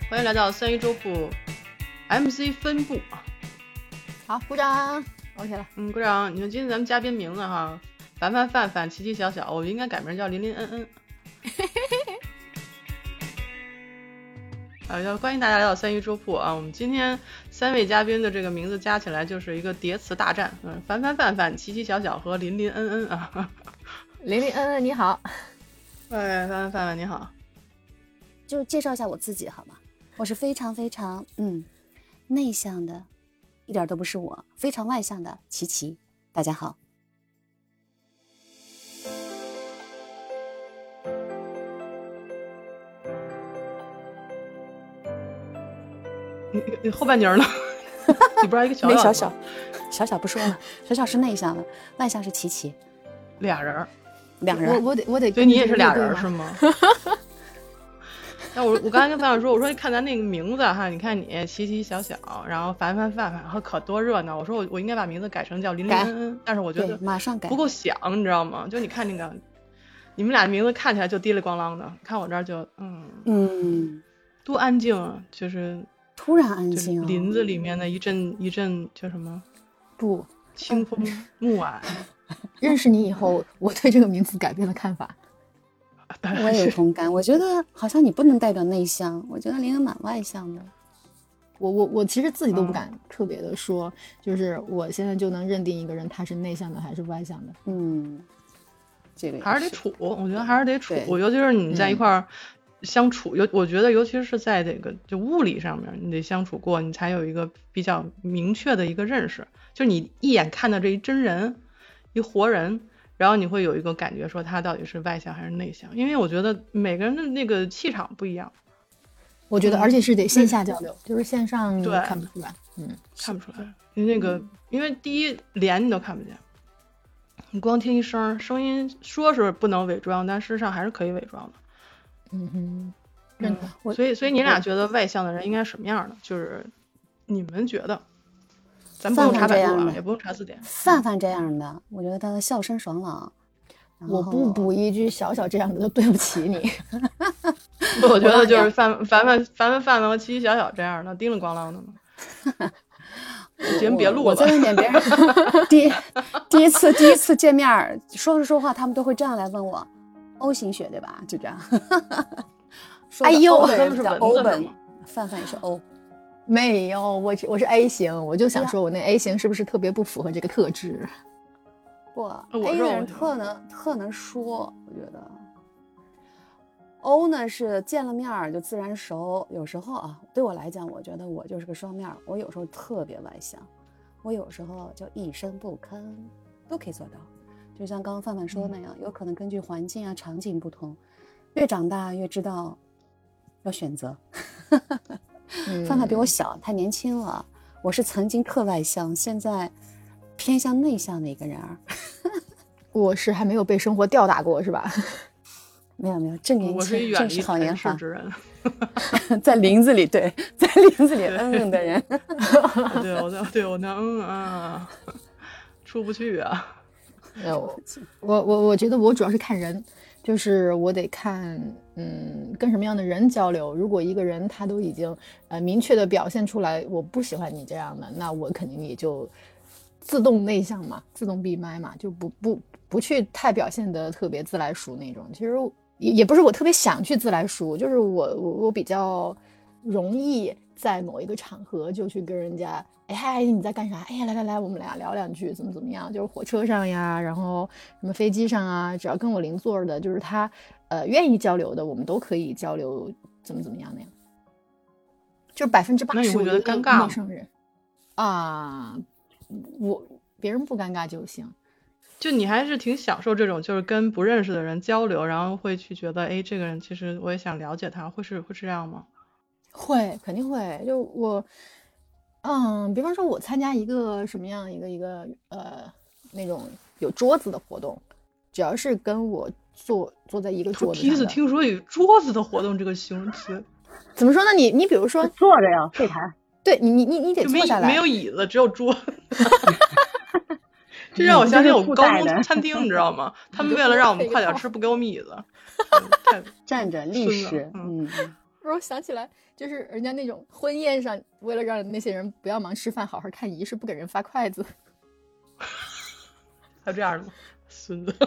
欢迎来到三一粥铺 MC 分部。 好，鼓掌 OK 了。 鼓掌。你说今天咱们嘉宾名字哈，凡凡范范奇奇小小，我应该改名叫林林恩恩。要欢迎大家来到三一粥铺啊！我们今天三位嘉宾的这个名字加起来就是一个叠词大战，凡凡范范奇奇小小和林林恩恩啊。 林林恩恩你好。 凡凡范范你好。 就介绍一下我自己好吗？我是非常内向的，一点都不是我，非常外向的琪琪，大家好。 你后半截呢？你不知道一个小小小小不说了，小小是内向的，外向是琪琪， 俩人。 我得， 所以你也是俩人是吗？那我刚才跟范范说，我说看咱那个名字哈，你看你奇奇小小，然后凡凡范范，然后可多热闹。我说我应该把名字改成叫林林恩恩，但是我觉得马上改不够响，你知道吗？就你看那个，你们俩名字看起来就滴里咣啷的，看我这儿就多安静啊，就是突然安静、 林子里面的一阵叫什么？ 不， 清风暮霭。 认识你以后，我对这个名字改变了看法。 我也有同感，我觉得好像你不能代表内向，我觉得林恩蛮外向的。 我其实自己都不敢特别的说，就是我现在就能认定一个人他是内向的还是外向的。 这个还是得处，我觉得还是得处，尤其是你在一块儿相处，我觉得尤其是在这个就物理上面，你得相处过，你才有一个比较明确的一个认识。就你一眼看到这一真人，一活人。然后你会有一个感觉说他到底是外向还是内向，因为我觉得每个人的那个气场不一样。 我觉得而且是得线下交流，就是线上你看不出来。 看不出来。因为第一脸你都看不见，你光听一声音，说是不能伪装，但事实上还是可以伪装的。所以你俩觉得外向的人应该什么样的？就是你们觉得。咱不用查百度啊，也不用查字典。 范范这样的，我觉得他的笑声爽朗。 我不补一句小小这样的，对不起你。 我觉得就是凡凡和奇奇小小这样的，叮了咣啷的嘛。节目别录了。 我在外面别人第一次见面，说着说话，他们都会这样来问我 ，O 型血对吧？就这样。 哎呦， 他们是欧本，范范也是 O。 没有，我是 A 型，我就想说我那 A 型是不是特别不符合这个特质？ 不 ，A 的人特能说，我觉得。O 呢是见了面就自然熟，有时候啊，对我来讲，我觉得我就是个双面，我有时候特别外向，我有时候就一声不吭，都可以做到。就像刚刚范范说的那样，有可能根据环境啊、场景不同，越长大越知道要选择。范范比我小，太年轻了。我是曾经特外向，现在偏向内向的一个人儿。 我是还没有被生活吊打过，是吧？ 没有，正年轻，正是好年华之人。 在林子里，在林子里的人。 对我那出不去啊。 我觉得我主要是看人。就是我得看，跟什么样的人交流。如果一个人他都已经明确的表现出来，我不喜欢你这样的，那我肯定也就自动内向嘛，自动闭麦嘛，就不去太表现的特别自来熟那种。其实也不是我特别想去自来熟，就是我比较容易在某一个场合就去跟人家。哎嗨，你在干啥？哎呀，来，我们俩聊两句，怎么样？就是火车上呀，然后什么飞机上啊，只要跟我邻座的，就是他愿意交流的，我们都可以交流，怎么样那样。就是80% 那你会觉得尴尬吗？ 陌生人啊，别人不尴尬就行。 就你还是挺享受这种，就是跟不认识的人交流，然后会去觉得，哎，这个人其实我也想了解他，会是这样吗？ 会，肯定会。就我。比方说我参加一个什么样一个那种有桌子的活动，只要是跟我坐在一个桌子上的。 第一次听说有桌子的活动这个形容词。 怎么说呢？你比如说坐着呀，对台。 对你得坐下来。 没有椅子，只有桌。这让我想起我高中餐厅，你知道吗？他们为了让我们快点吃，不给我们椅子。 站着立食。 我想起来，就是人家那种婚宴上，为了让那些人不要忙吃饭，好好看仪式，不给人发筷子。 还有这样的吗？孙子。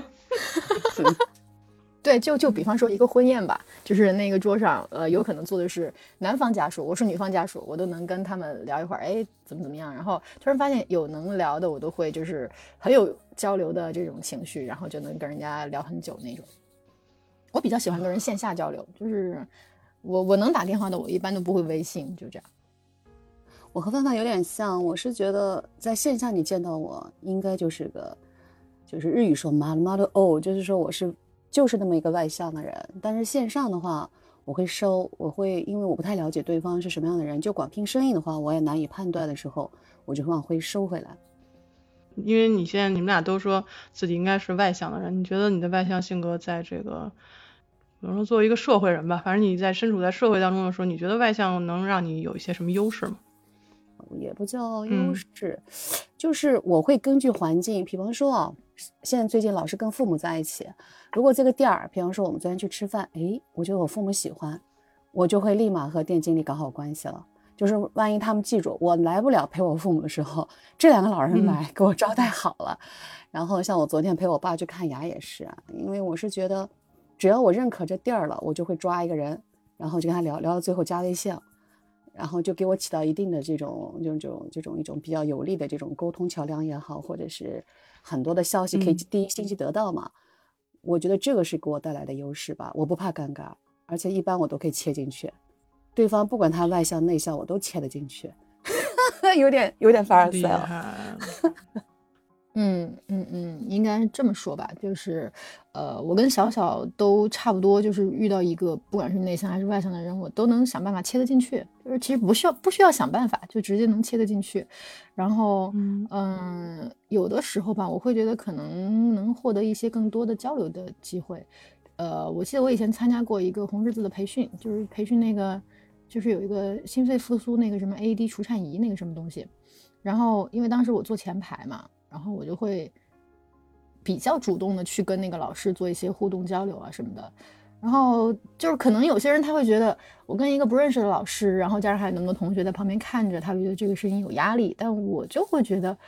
对，就比方说一个婚宴吧，就是那个桌上，有可能坐的是男方家属，我是女方家属，我都能跟他们聊一会儿，哎，怎么样？然后突然发现有能聊的，我都会就是很有交流的这种情绪，然后就能跟人家聊很久那种。我比较喜欢跟人线下交流，就是我能打电话的，我一般都不会微信，就这样。 我和范范有点像，我是觉得在线下你见到我，应该就是日语说马的哦，就是说我就是那么一个外向的人。但是线上的话，我会因为我不太了解对方是什么样的人，就光听声音的话，我也难以判断的时候，我就会往回收回来。 因为你们俩都说自己应该是外向的人，你觉得你的外向性格在这个，比如说作为一个社会人吧，反正你身处在社会当中的时候，你觉得外向能让你有一些什么优势吗？ 也不叫优势，就是我会根据环境，比方说啊，现在最近老是跟父母在一起，如果这个店儿，比方说我们昨天去吃饭，我觉得我父母喜欢，我就会立马和店经理搞好关系了。就是万一他们记住我来不了陪我父母的时候，这两个老人来给我招待好了。然后像我昨天陪我爸去看牙也是啊，因为我是觉得只要我认可这店儿了，我就会抓一个人，然后就跟他聊到最后加微信，然后就给我起到一定的这种一种比较有利的这种沟通桥梁也好，或者是很多的消息可以第一信息得到嘛。我觉得这个是给我带来的优势吧，我不怕尴尬，而且一般我都可以切进去，对方不管他外向内向我都切得进去。有点凡尔赛了。 应该这么说吧，就是我跟小小都差不多，就是遇到一个不管是内向还是外向的人，我都能想办法切得进去，就是其实不需要想办法，就直接能切得进去。然后有的时候吧，我会觉得可能能获得一些更多的交流的机会。我记得我以前参加过一个红十字的培训，就是培训那个就是有一个心肺复苏那个什么 AED 除颤仪那个什么东西，然后因为当时我坐前排嘛，然后我就会比较主动的去跟那个老师做一些互动交流啊什么的。然后就是可能有些人他会觉得我跟一个不认识的老师，然后加上还有那么多同学在旁边看着，他会觉得这个事情有压力，但我就会觉得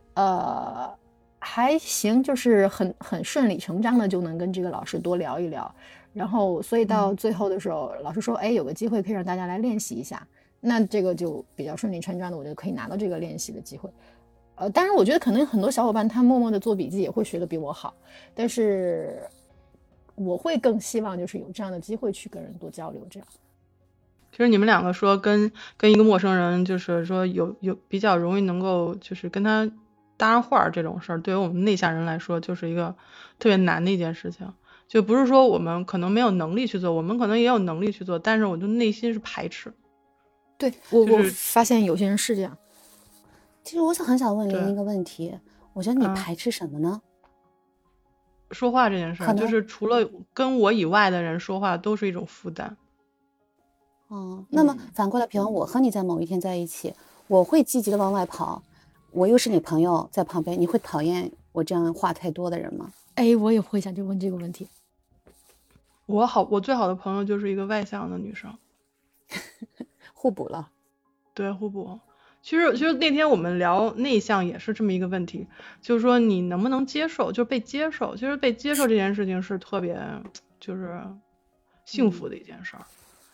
还行，就是很顺理成章的就能跟这个老师多聊一聊。然后所以到最后的时候，老师说有个机会可以让大家来练习一下，那这个就比较顺理成章的，我就可以拿到这个练习的机会。当然我觉得可能很多小伙伴他默默的做笔记也会学得比我好，但是我会更希望就是有这样的机会去跟人多交流。这样其实你们两个说跟一个陌生人就是说有比较容易能够就是跟他搭上话这种事儿，对于我们内向人来说就是一个特别难的一件事情。就不是说我们可能没有能力去做，我们可能也有能力去做，但是我就内心是排斥。 对，我发现有些人是这样。 其实我很想问您一个问题，我觉得你排斥什么呢？ 说话这件事儿，就是除了跟我以外的人说话都是一种负担。 那么反过来，比方我和你在某一天在一起，我会积极的往外跑，我又是你朋友在旁边，你会讨厌我这样话太多的人吗？ 我也会想问这个问题。 我最好的朋友就是一个外向的女生。 互补了。 对，互补。其实那天我们聊内向也是这么一个问题，就是说你能不能接受，就是被接受。其实被接受这件事情是特别就是幸福的一件事儿。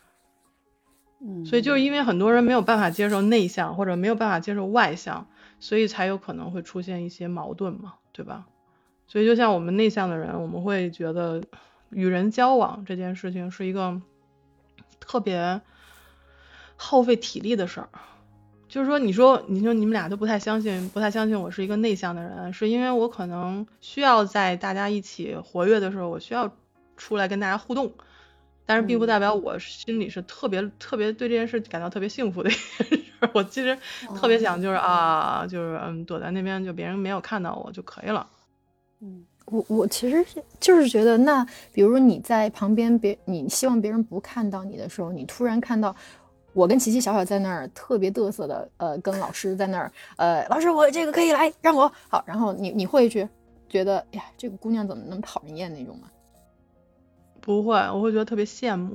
所以就是因为很多人没有办法接受内向，或者没有办法接受外向，所以才有可能会出现一些矛盾嘛，对吧？所以就像我们内向的人，我们会觉得与人交往这件事情是一个特别耗费体力的事儿。就是说你说你们俩都不太相信我是一个内向的人，是因为我可能需要在大家一起活跃的时候，我需要出来跟大家互动，但是并不代表我心里是特别对这件事感到特别幸福的一件事。我其实特别想就是就是躲在那边，就别人没有看到我就可以了。 我其实就是觉得，那比如说你在旁边你希望别人不看到你的时候，你突然看到我跟琪琪小小在那儿特别嘚瑟的跟老师在那儿老师我这个可以来让我好，然后你会觉得呀这个姑娘怎么那么讨人厌那种吗？ 不会，我会觉得特别羡慕。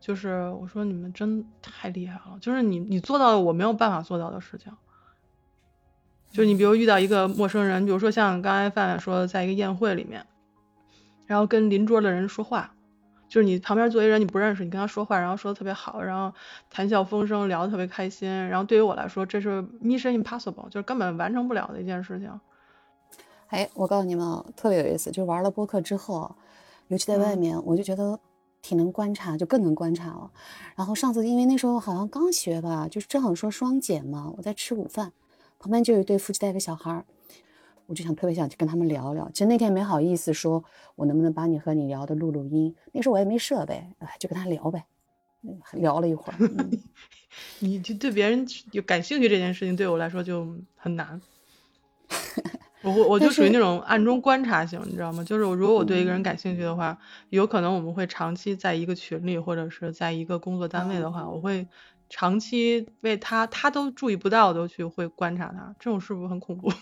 就是我说你们真太厉害了，就是你做到了我没有办法做到的事情。就是你比如遇到一个陌生人，比如说像刚才范范说在一个宴会里面，然后跟邻桌的人说话，就是你旁边坐一人你不认识，你跟他说话，然后说的特别好，然后谈笑风生，聊得特别开心，然后对于我来说这是 mission impossible， 就是根本完成不了的一件事情。 我告诉你们特别有意思，就玩了播客之后，尤其在外面，我就觉得挺能观察，就更能观察了。然后上次因为那时候好像刚学吧，就是正好说双减嘛，我在吃午饭，旁边就有一对夫妻带个小孩，我就特别想去跟他们聊聊。其实那天没好意思说，我能不能把你和你聊的录音？那时候我也没设备，就跟他聊呗，聊了一会儿。 你就对别人有感兴趣这件事情，对我来说就很难。我就属于那种暗中观察型，你知道吗？就是如果我对一个人感兴趣的话，有可能我们会长期在一个群里，或者是在一个工作单位的话，我会长期为他都注意不到的去会观察他，这种是不是很恐怖？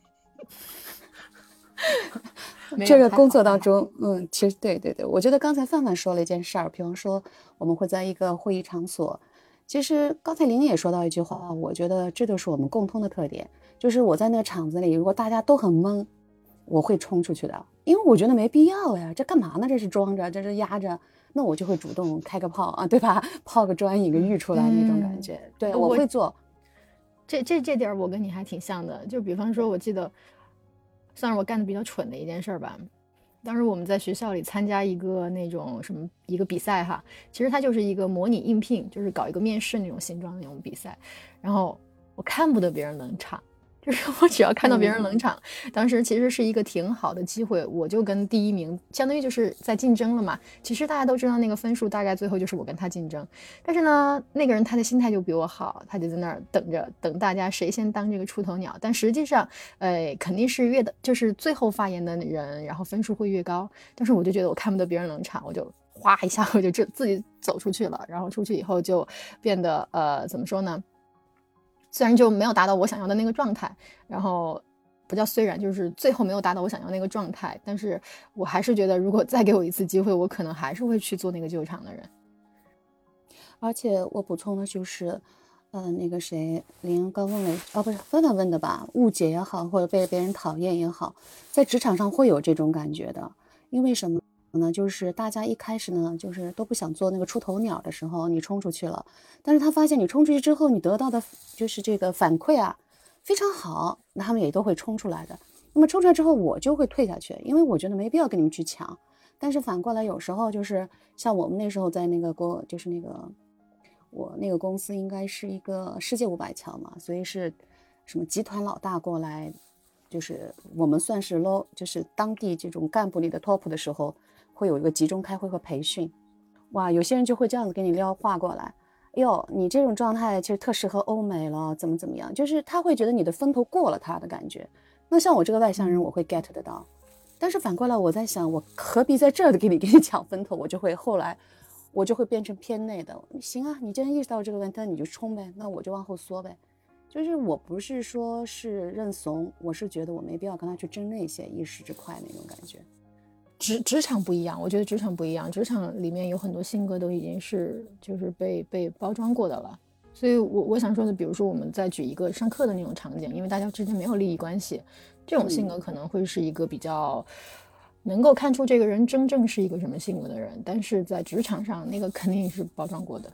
这个工作当中，其实对，我觉得刚才范范说了一件事儿，比方说我们会在一个会议场所，其实刚才林也说到一句话，我觉得这就是我们共通的特点，就是我在那个场子里，如果大家都很懵，我会冲出去的，因为我觉得没必要呀，这干嘛呢？这是装着，这是压着，那我就会主动开个炮啊，对吧？泡个砖引个玉出来那种感觉，对，我会做。 这点我跟你还挺像的，就比方说，我记得算是我干的比较蠢的一件事吧。当时我们在学校里参加一个那种一个比赛哈，其实它就是一个模拟应聘，就是搞一个面试那种形状的那种比赛。然后我看不得别人冷场，就是我只要看到别人冷场，当时其实是一个挺好的机会，我就跟第一名相当于就是在竞争了嘛。其实大家都知道那个分数大概最后就是我跟他竞争，但是呢，那个人他的心态就比我好，他就在那儿等大家谁先当这个出头鸟。但实际上，肯定是就是最后发言的人，然后分数会越高。但是我就觉得我看不得别人冷场，我就哗一下我就自己走出去了，然后出去以后就变得怎么说呢？虽然就没有达到我想要的那个状态，然后不叫虽然，就是最后没有达到我想要那个状态，但是我还是觉得如果再给我一次机会，我可能还是会去做那个救场的人。 而且我补充的就是，那个谁，林刚问了，不是范范问的吧？误解也好，或者被别人讨厌也好，在职场上会有这种感觉的，因为什么？就是大家一开始呢，就是都不想做那个出头鸟的时候，你冲出去了，但是他发现你冲出去之后，你得到的就是这个反馈啊，非常好，那他们也都会冲出来的。那么冲出来之后，我就会退下去，因为我觉得没必要跟你们去抢。但是反过来，有时候就是像我们那时候在那个我那个公司应该是一个世界500强嘛，所以是什么集团老大过来，就是我们算是 low， 就是当地这种干部里的 top 的时候。会有一个集中开会和培训，哇，有些人就会这样子给你撩话过来，哎呦，你这种状态其实特适合欧美了，怎么样，就是他会觉得你的风头过了他的感觉。那像我这个外向人，我会 get 得到，但是反过来我在想，我何必在这儿给你抢风头？后来我就会变成偏内的。行啊，你既然意识到这个问题，那你就冲呗，那我就往后缩呗。就是我不是说是认怂，我是觉得我没必要跟他去争那些一时之快那种感觉。 职场不一样，我觉得职场不一样，职场里面有很多性格都已经是就是被包装过的了。所以我想说的，比如说我们再举一个上课的那种场景，因为大家之间没有利益关系，这种性格可能会是一个比较能够看出这个人真正是一个什么性格的人，但是在职场上那个肯定是包装过的。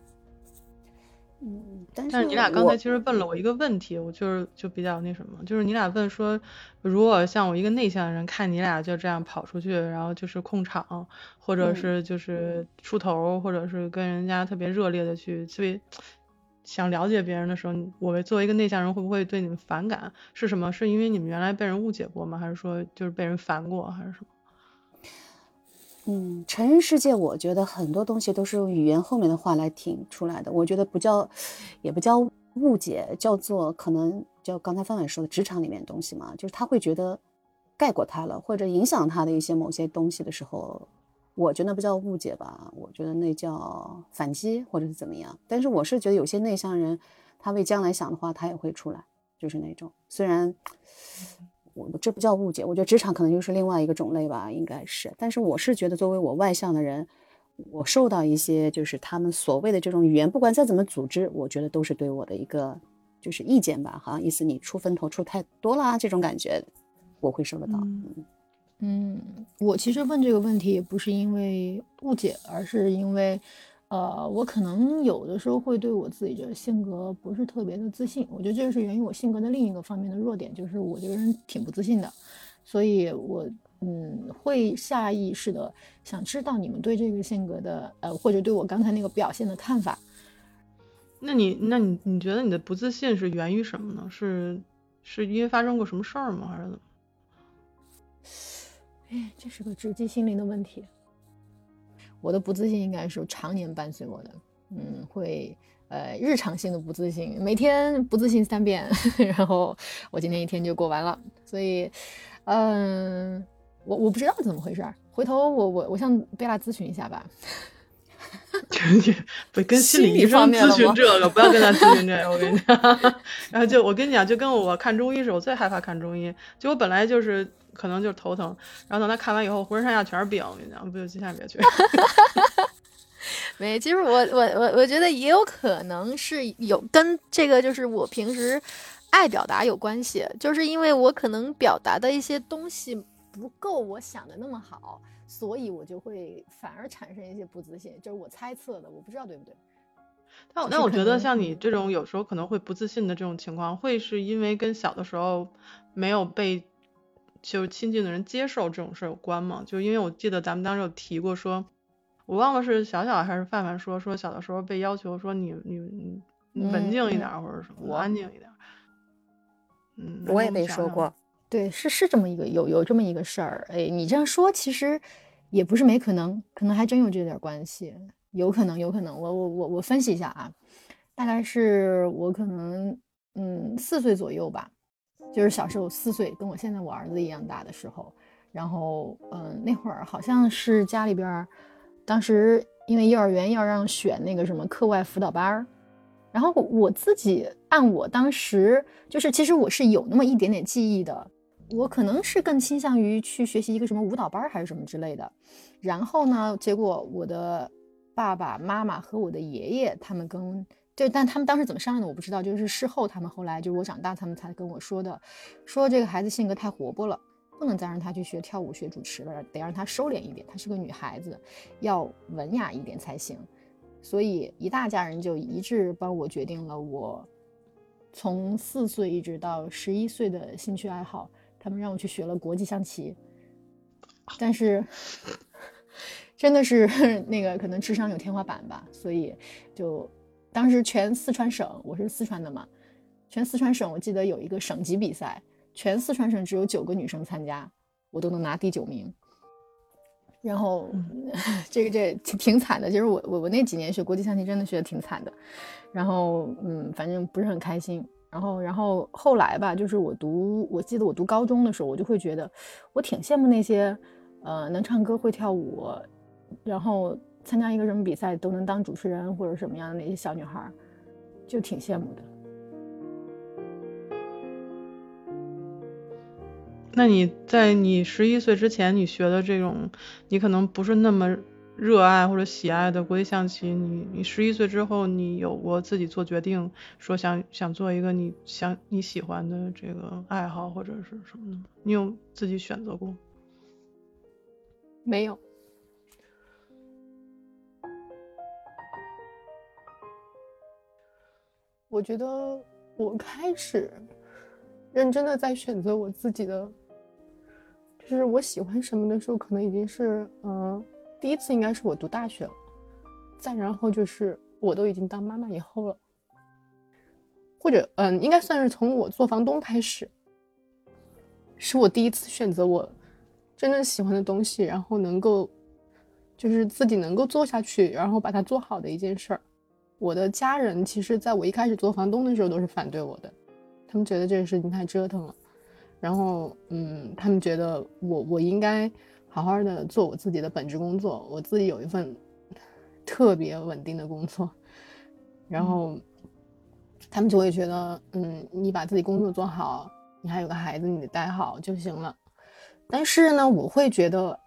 但是你俩刚才其实问了我一个问题，我就比较那什么，就是你俩问说，如果像我一个内向的人看你俩就这样跑出去，然后就是控场，或者是就是出头，或者是跟人家特别热烈的去特别想了解别人的时候，我作为一个内向人会不会对你们反感？是什么？是因为你们原来被人误解过吗？还是说就是被人烦过，还是什么？ 成人世界我觉得很多东西都是用语言后面的话来听出来的，我觉得也不叫误解，叫做可能叫刚才范伟说的职场里面的东西嘛，就是他会觉得盖过他了，或者影响他的一些某些东西的时候，我觉得不叫误解吧，我觉得那叫反击或者是怎么样。但是我是觉得有些内向人他为将来想的话，他也会出来，就是那种虽然我这不叫误解，我觉得职场可能就是另外一个种类吧，应该是。但是我是觉得作为我外向的人， 我受到一些就是他们所谓的这种语言，不管再怎么组织，我觉得都是对我的一个就是意见吧，好像意思你出风头出太多了这种感觉，我会受得到。 我其实问这个问题也不是因为误解，而是因为我可能有的时候会对我自己的性格不是特别的自信，我觉得这是源于我性格的另一个方面的弱点，就是我这个人挺不自信的，所以我会下意识的想知道你们对这个性格的或者对我刚才那个表现的看法。 那你觉得你的不自信是源于什么呢？是因为发生过什么事儿吗？还是怎么？ 这是个直击心灵的问题。我的不自信应该是常年伴随我的，会日常性的不自信，每天不自信3遍，然后我今天一天就过完了。所以，我不知道怎么回事，回头我向贝拉咨询一下吧。 不跟心理医生咨询这个，不要跟他咨询这个，我跟你讲。然后我跟你讲，就跟我看中医似的，我最害怕看中医。就我本来就是可能就是头疼，然后等他看完以后，浑身上下全是病。我跟你讲，不就千万别去。 没，其实我觉得也有可能是有跟这个就是我平时爱表达有关系，就是因为我可能表达的一些东西不够我想的那么好。所以我就会反而产生一些不自信，就是我猜测的，我不知道对不对。 但我觉得像你这种有时候可能会不自信的这种情况，会是因为跟小的时候没有被就是亲近的人接受这种事有关吗？就因为我记得咱们当时有提过说，我忘了是小小还是范范说小的时候被要求说你文静一点或者什么，安静一点。 我也被说过。 对，是这么一个有这么一个事儿。你这样说其实也不是没可能，可能还真有这点关系，有可能。我分析一下啊，大概是我可能4岁左右吧，就是小时候4岁，跟我现在我儿子一样大的时候，然后那会儿好像是家里边当时因为幼儿园要让选那个什么课外辅导班，然后我自己按我当时就是其实我是有那么一点点记忆的。我可能是更倾向于去学习一个什么舞蹈班还是什么之类的，然后呢，结果我的爸爸妈妈和我的爷爷他们但他们当时怎么商量的我不知道，就是事后他们后来就是我长大他们才跟我说的，说这个孩子性格太活泼了，不能再让他去学跳舞学主持了，得让他收敛一点，她是个女孩子，要文雅一点才行。所以一大家人就一致帮我决定了我从4岁一直到11岁的兴趣爱好。他们让我去学了国际象棋，但是真的是那个可能智商有天花板吧，所以就当时全四川省，我是四川的嘛，全四川省我记得有一个省级比赛，全四川省只有9个女生参加，我都能拿第9名。然后这挺惨的，就是我那几年学国际象棋真的学的挺惨的，然后反正不是很开心。然后后来吧，就是我记得我读高中的时候，我就会觉得我挺羡慕那些能唱歌会跳舞，然后参加一个什么比赛都能当主持人或者什么样的那些小女孩，就挺羡慕的。 那你在你11岁之前你学的这种你可能不是那么热爱或者喜爱的国际象棋，你11岁之后你有过自己做决定说想做一个你喜欢的这个爱好或者是什么的吗？你有自己选择过？ 没有。我觉得我开始认真的在选择我自己的就是我喜欢什么的时候，可能已经是第一次应该是我读大学了，再然后就是我都已经当妈妈以后了，或者应该算是从我做房东开始，是我第一次选择我真正喜欢的东西，然后能够就是自己能够做下去，然后把它做好的一件事儿。我的家人其实在我一开始做房东的时候都是反对我的，他们觉得这个事情太折腾了，然后他们觉得我应该好好的做我自己的本职工作，我自己有一份特别稳定的工作，然后他们就会觉得你把自己工作做好，你还有个孩子你得带好就行了。但是呢我会觉得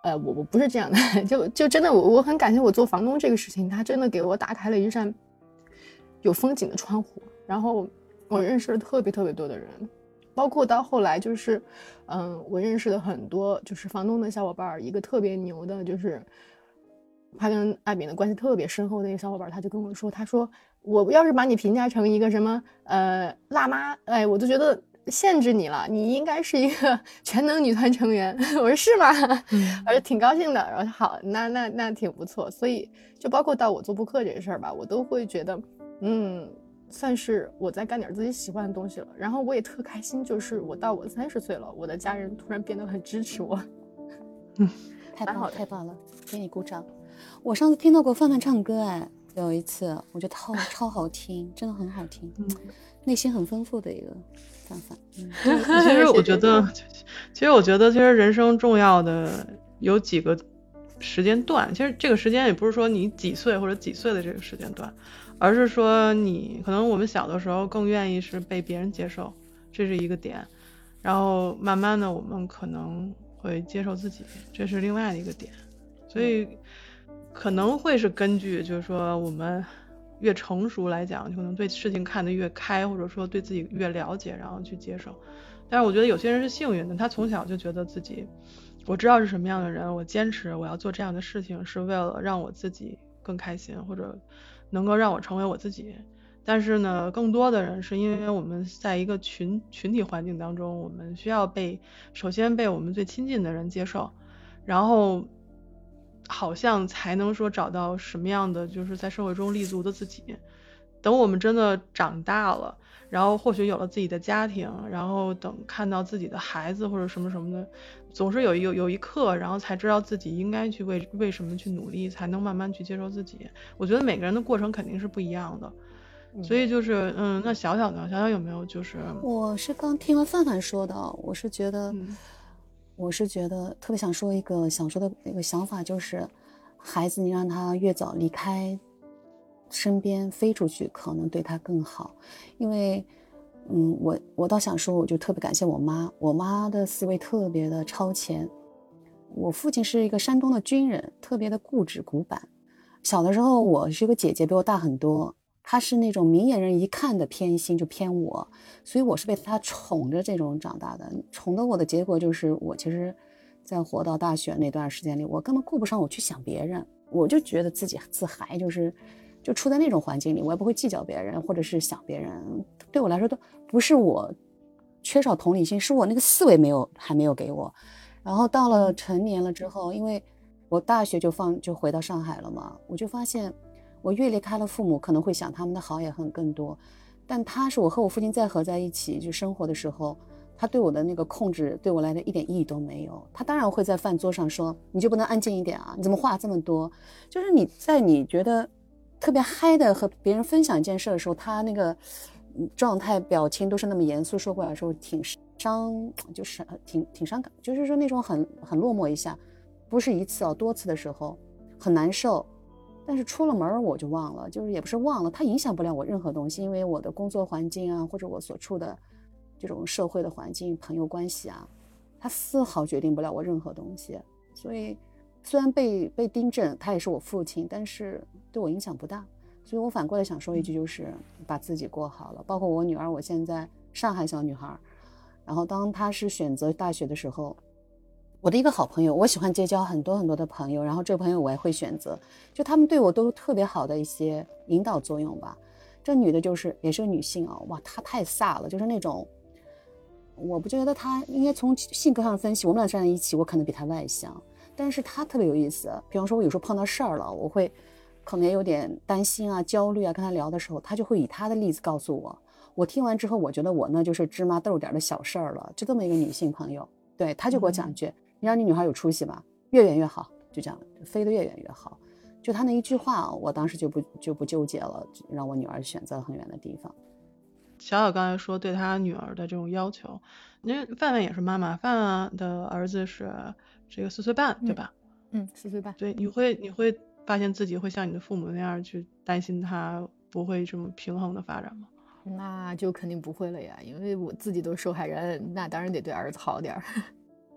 我不是这样的，就真的我很感谢我做房东这个事情，它真的给我打开了一扇有风景的窗户，然后我认识了特别特别多的人，包括到后来就是，我认识了很多就是房东的小伙伴，一个特别牛的，就是他跟艾饼的关系特别深厚的一个小伙伴，他就跟我说，他说我要是把你评价成一个什么辣妈，哎，我都觉得限制你了，你应该是一个全能女团成员。我说是吗？我说挺高兴的。然后好，那挺不错。所以就包括到我做播客这个事儿吧，我都会觉得，算是我在干点自己喜欢的东西了。然后我也特开心，就是我到我30岁了，我的家人突然变得很支持我。 太棒了，太棒了，给你鼓掌。我上次听到过范范唱歌，哎，有一次我觉得超好听，真的很好听，内心很丰富的一个范范。 其实我觉得，其实人生重要的有几个时间段。其实这个时间也不是说你几岁或者几岁的这个时间段，而是说你可能我们小的时候更愿意是被别人接受，这是一个点。然后慢慢的我们可能会接受自己，这是另外的一个点。所以可能会是根据就是说我们越成熟来讲，可能对事情看得越开，或者说对自己越了解，然后去接受。但是我觉得有些人是幸运的，他从小就觉得自己我知道是什么样的人，我坚持我要做这样的事情是为了让我自己更开心，或者能够让我成为我自己。但是呢，更多的人是因为我们在一个群体环境当中，我们需要首先被我们最亲近的人接受，然后好像才能说找到什么样的就是在社会中立足的自己。等我们真的长大了，然后或许有了自己的家庭，然后等看到自己的孩子或者什么什么的，总是有一刻，然后才知道自己应该去为什么去努力，才能慢慢去接受自己。我觉得每个人的过程肯定是不一样的。所以就是那小小有没有就是？ 我是刚听了范范说的，我是觉得特别想说一个想说的那个想法，就是孩子你让他越早离开身边飞出去，可能对他更好。因为我倒想说，我就特别感谢我妈的思维特别的超前。我父亲是一个山东的军人，特别的固执古板。小的时候我是一个姐姐，比我大很多，他是那种明眼人一看的偏心就偏我，所以我是被他宠着这种长大的。宠的我的结果就是我其实在活到大学那段时间里，我根本顾不上我去想别人，我就觉得自己自嗨，就处在那种环境里，我也不会计较别人或者是想别人。对我来说都不是我缺少同理心，是我那个思维还没有给我。然后到了成年了之后，因为我大学就回到上海了嘛，我就发现我越离开了父母，可能会想他们的好也很更多。但我和我父亲再合在一起就生活的时候，他对我的那个控制对我来的一点意义都没有。他当然会在饭桌上说，你就不能安静一点啊，你怎么话这么多。就是你觉得特别嗨的和别人分享一件事的时候，他那个状态表情都是那么严肃，说过来的时候挺伤感，就是说那种很落寞一下，不是一次多次的时候很难受。但是出了门我就忘了，就是也不是忘了，它影响不了我任何东西，因为我的工作环境啊，或者我所处的这种社会的环境、朋友关系啊，它丝毫决定不了我任何东西。所以虽然被订正，他也是我父亲，但是对我影响不大。所以我反过来想说一句，就是把自己过好了。包括我女儿，我现在上海小女孩，然后当她是选择大学的时候，我的一个好朋友，我喜欢结交很多很多的朋友，然后这个朋友我也会选择，就他们对我都特别好的一些引导作用吧。这女的也是个女性啊，哇，她太飒了，就是那种，我不觉得她应该从性格上分析，我们俩站在一起，我可能比她外向，但是她特别有意思。比方说我有时候碰到事儿了，我会可能也有点担心啊、焦虑啊，跟她聊的时候，她就会以她的例子告诉我，我听完之后，我觉得我呢就是芝麻豆点的小事儿了，就这么一个女性朋友，对，她就给我讲一句，你让你女孩有出息吧，越远越好，就这样，飞得越远越好。就她那一句话，我当时就不纠结了，让我女儿选择很远的地方。 小小刚才说对她女儿的这种要求，因为范范也是妈妈，范范的儿子是这个4岁半，对吧 ？4岁半。 对，你会发现自己会像你的父母那样去担心他不会这么平衡的发展吗？ 那就肯定不会了呀，因为我自己都是受害人，那当然得对儿子好点。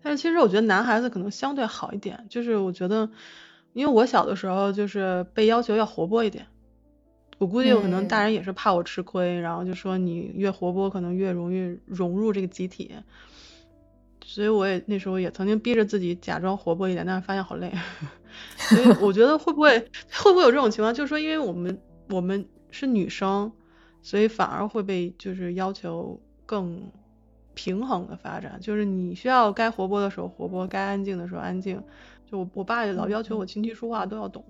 但是其实我觉得男孩子可能相对好一点，就是我觉得，因为我小的时候就是被要求要活泼一点，我估计有可能大人也是怕我吃亏，然后就说你越活泼可能越容易融入这个集体，所以我也那时候也曾经逼着自己假装活泼一点，但是发现好累。所以我觉得会不会有这种情况，就是说因为我们是女生，所以反而会被就是要求更平衡的发展，就是你需要该活泼的时候活泼，该安静的时候安静。就我爸老要求我琴棋书画都要懂。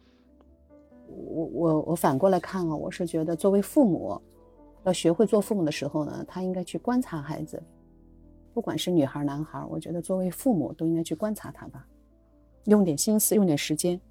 我反过来看啊，我是觉得作为父母要学会做父母的时候呢，他应该去观察孩子，不管是女孩男孩，我觉得作为父母都应该去观察他吧，用点心思，用点时间。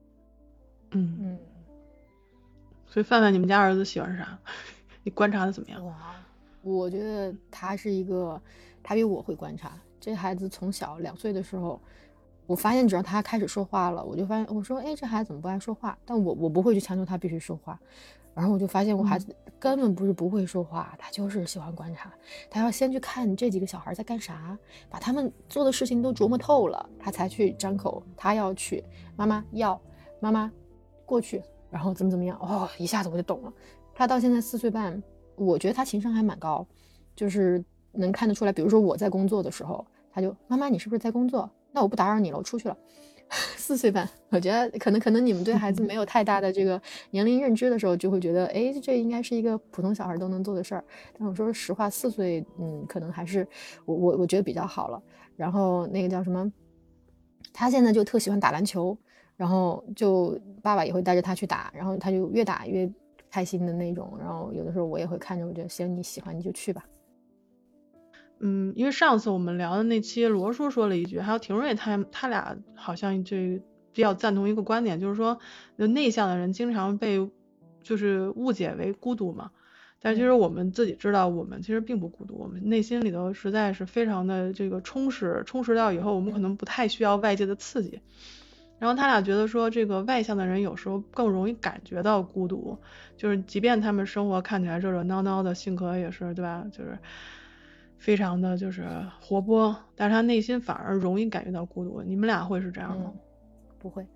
所以范范，你们家儿子喜欢啥？你观察的怎么样？ 哇，我觉得他比我会观察。这孩子从小2岁的时候，我发现只要他开始说话了，我就发现我说，哎，这孩子怎么不爱说话？但我不会去强求他必须说话。然后我就发现我孩子根本不是不会说话，他就是喜欢观察。他要先去看这几个小孩在干啥，把他们做的事情都琢磨透了，他才去张口。他要去，妈妈要，妈妈过去，然后怎么样？哦，一下子我就懂了。他到现在4岁半，我觉得他情商还蛮高，就是能看得出来。比如说我在工作的时候，他就妈妈你是不是在工作？那我不打扰你了，我出去了。4岁半，我觉得可能你们对孩子没有太大的这个年龄认知的时候，就会觉得，哎，这应该是一个普通小孩都能做的事儿。但我说实话，4岁，可能还是我觉得比较好了。然后那个叫什么，他现在就特喜欢打篮球，然后就爸爸也会带着他去打，然后他就越打越开心的那种。然后有的时候我也会看着，我觉得行，你喜欢你就去吧。 因为上次我们聊的那期，罗叔说了一句，还有廷瑞他俩好像就比较赞同一个观点，就是说内向的人经常被就是误解为孤独嘛，但其实我们自己知道，我们其实并不孤独，我们内心里头实在是非常的这个充实掉以后，我们可能不太需要外界的刺激。然后他俩觉得说，这个外向的人有时候更容易感觉到孤独，就是即便他们生活看起来热热闹闹的，性格也是对吧，就是非常的就是活泼，但是他内心反而容易感觉到孤独。你们俩会是这样吗？ 不会。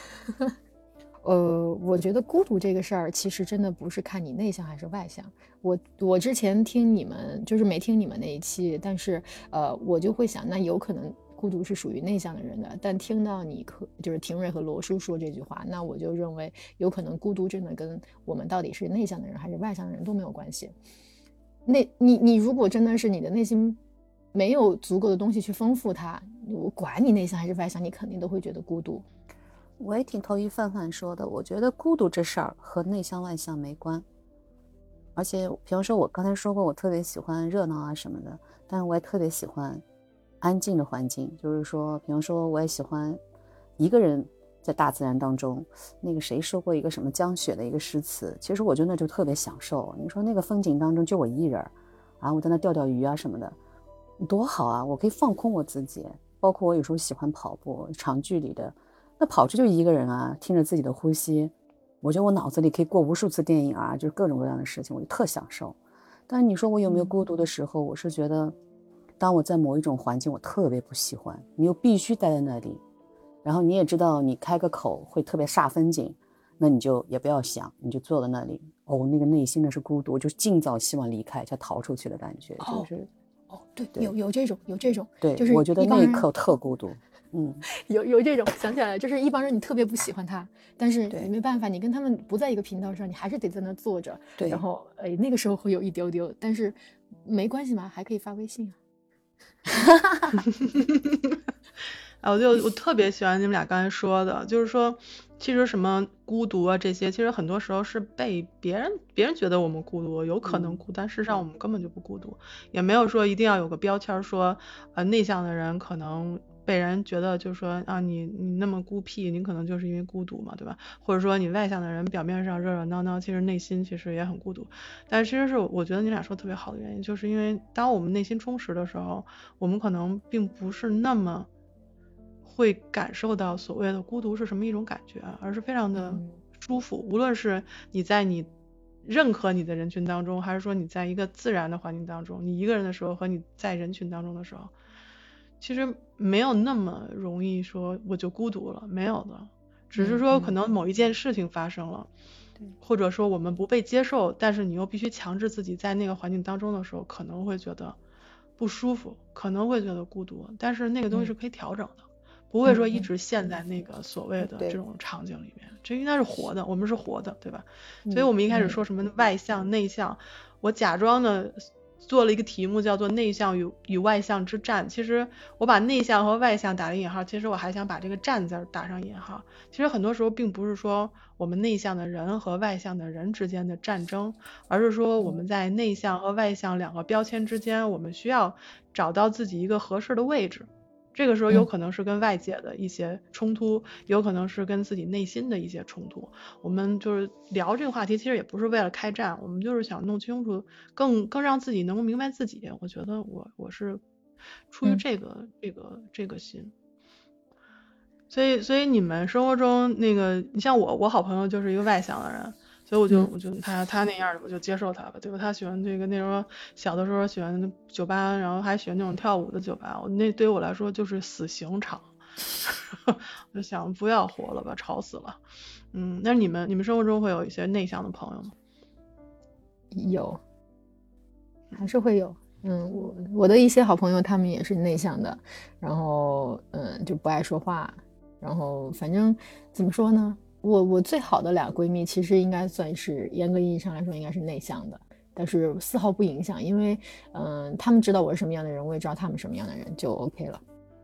我觉得孤独这个事儿，其实真的不是看你内向还是外向。我之前听你们就是没听你们那一期，但是我就会想，那有可能孤独是属于内向的人的。但听到你就是廷瑞和罗叔说这句话，那我就认为有可能孤独真的跟我们到底是内向的人还是外向的人都没有关系。你如果真的是你的内心没有足够的东西去丰富它，我管你内向还是外向，你肯定都会觉得孤独。 我也挺同意范范说的，我觉得孤独这事儿和内向外向没关。而且比方说我刚才说过我特别喜欢热闹啊什么的，但是我也特别喜欢安静的环境，就是说比方说我也喜欢一个人在大自然当中。那个谁说过一个什么江雪的一个诗词，其实我觉得那就特别享受。你说那个风景当中就我一人啊，我在那钓钓鱼啊什么的，多好啊，我可以放空我自己。包括我有时候喜欢跑步，长距离的，那跑着就一个人啊，听着自己的呼吸，我觉得我脑子里可以过无数次电影啊，就是各种各样的事情，我就特享受。但是你说我有没有孤独的时候，我是觉得当我在某一种环境我特别不喜欢，你又必须待在那里，然后你也知道你开个口会特别煞风景，那你就也不要想，你就坐在那里，那个内心的是孤独，就尽早希望离开，就逃出去的感觉。就是对，有这种， 对， 就是我觉得那一刻特孤独。 有这种，想起来了，就是一帮人你特别不喜欢他，但是你没办法，你跟他们不在一个频道上，你还是得在那坐着。 对， 然后那个时候会有一丢丢，但是没关系嘛，还可以发微信啊。我特别喜欢你们俩刚才说的，就是说其实什么孤独啊这些，其实很多时候是被别人觉得我们孤独，有可能孤单，事实上我们根本就不孤独，也没有说一定要有个标签说内向的人可能被人觉得就是说啊你那么孤僻，你可能就是因为孤独嘛，对吧？或者说你外向的人表面上热热闹闹，其实内心其实也很孤独。但其实是我觉得你俩说特别好的原因，就是因为当我们内心充实的时候，我们可能并不是那么会感受到所谓的孤独是什么一种感觉，而是非常的舒服。无论是你在你任何你的人群当中，还是说你在一个自然的环境当中，你一个人的时候和你在人群当中的时候， 其实没有那么容易说我就孤独了，没有的，只是说可能某一件事情发生了，或者说我们不被接受，但是你又必须强制自己在那个环境当中的时候，可能会觉得不舒服，可能会觉得孤独，但是那个东西是可以调整的，不会说一直陷在那个所谓的这种场景里面，这应该是活的，我们是活的，对吧？所以我们一开始说什么外向内向，我假装的做了一个题目叫做内向与外向之战，其实我把内向和外向打了引号，其实我还想把这个战字打上引号。其实很多时候并不是说我们内向的人和外向的人之间的战争，而是说我们在内向和外向两个标签之间，我们需要找到自己一个合适的位置。这个时候有可能是跟外界的一些冲突，有可能是跟自己内心的一些冲突。我们就是聊这个话题，其实也不是为了开战，我们就是想弄清楚，更让自己能够明白自己。我觉得我是出于这个心。所以你们生活中那个，你像我好朋友就是一个外向的人。所以我就他那样的我就接受他吧，对吧？他喜欢这个那时候小的时候喜欢酒吧，然后还喜欢那种跳舞的酒吧，那对于我来说就是死刑场。我就想不要活了吧，吵死了。那你们生活中会有一些内向的朋友吗？ 有，还是会有。我的一些好朋友他们也是内向的，然后就不爱说话，然后反正怎么说呢？我最好的俩闺蜜其实应该算是严格意义上来说应该是内向的，但是丝毫不影响，因为她们知道我是什么样的人，我也知道她们什么样的人，就 OK 了。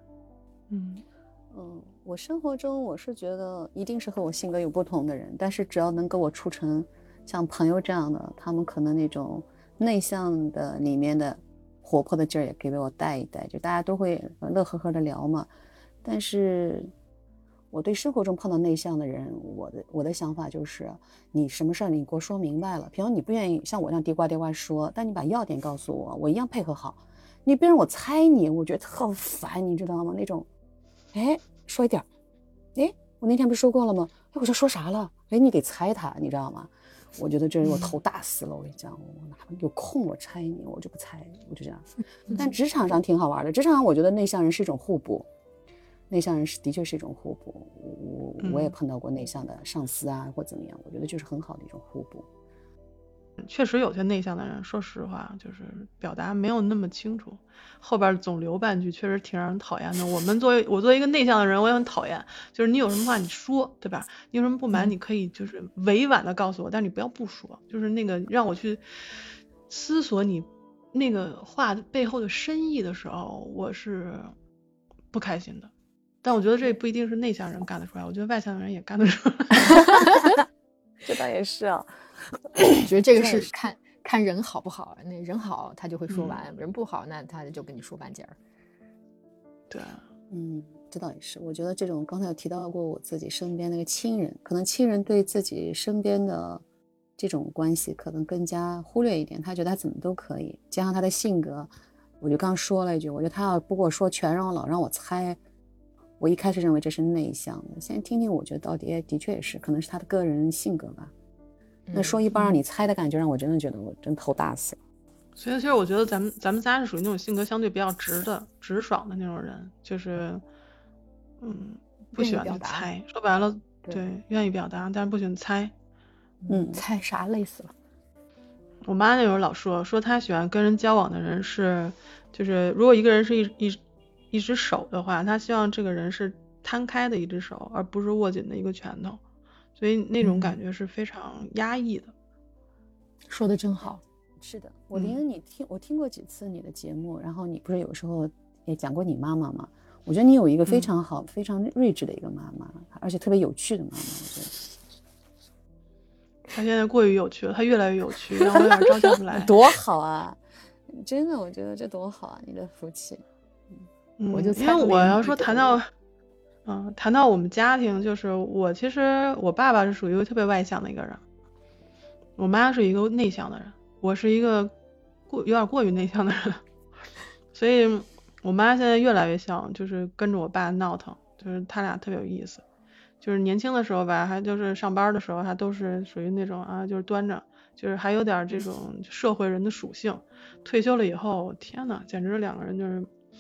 我生活中我是觉得一定是和我性格有不同的人，但是只要能跟我处成像朋友这样的，他们可能那种内向的里面的活泼的劲儿也给我带一带，就大家都会乐呵呵的聊嘛。但是我对生活中碰到内向的人，我的想法就是，你什么事儿你给我说明白了，比方你不愿意像我这样嘀呱嘀呱说，但你把要点告诉我，我一样配合好。你别让我猜你，我觉得特烦，你知道吗？那种，说一点，我那天不是说过了吗？我这说啥了？你给猜他，你知道吗？我觉得这我头大死了，我跟你讲，我哪怕有空我猜你，我就不猜，我就这样。但职场上挺好玩的，职场上我觉得内向人是一种互补。内向人的确是一种互补，我也碰到过内向的上司啊，或怎么样，我觉得就是很好的一种互补。 确实有些内向的人，说实话就是表达没有那么清楚，后边总留半句，确实挺让人讨厌的。我作为一个内向的人，我也很讨厌，就是你有什么话你说，对吧？你有什么不满，你可以就是委婉的告诉我，但是你不要不说，就是那个让我去思索你那个话背后的深意的时候，我是不开心的。但我觉得这不一定是内向人干得出来，我觉得外向的人也干得出来。 这倒也是啊， 我觉得这个是看人好不好，那人好他就会说完，人不好那他就跟你说半截儿。 对， 这倒也是。我觉得这种刚才有提到过我自己身边那个亲人，可能亲人对自己身边的这种关系可能更加忽略一点，他觉得他怎么都可以，加上他的性格，我就刚说了一句，我觉得他要不给我说全，老让我猜。我一开始认为这是内向的，现在听听，我觉得到底的确也是，可能是他的个人性格吧。那说一半让你猜的感觉，让我真的觉得我真头大死了。 所以其实我觉得咱们仨是属于那种性格相对比较直爽的那种人，就是不喜欢去猜，说白了，对，愿意表达，但是不喜欢猜。 猜啥累死了。 我妈那时候老说她喜欢跟人交往的人是，就是如果一个人是一只手的话，她希望这个人是摊开的一只手，而不是握紧的一个拳头，所以那种感觉是非常压抑的。 说的真好。 是的，我听过几次你的节目，然后你不是有时候也讲过你妈妈吗？我觉得你有一个非常好、非常睿智的一个妈妈，而且特别有趣的妈妈，我觉得。 她现在过于有趣了，她越来越有趣，让我有点招架不来。 多好啊！真的，我觉得这多好啊！你的福气。 我就因为我要说谈到我们家庭，就是其实我爸爸是属于特别外向的一个人，我妈是一个内向的人，我是一个有点过于内向的人，所以我妈现在越来越像，就是跟着我爸闹腾，就是他俩特别有意思。就是年轻的时候吧，还就是上班的时候，还都是属于那种就是端着，就是还有点这种社会人的属性。退休了以后，天哪，简直两个人就是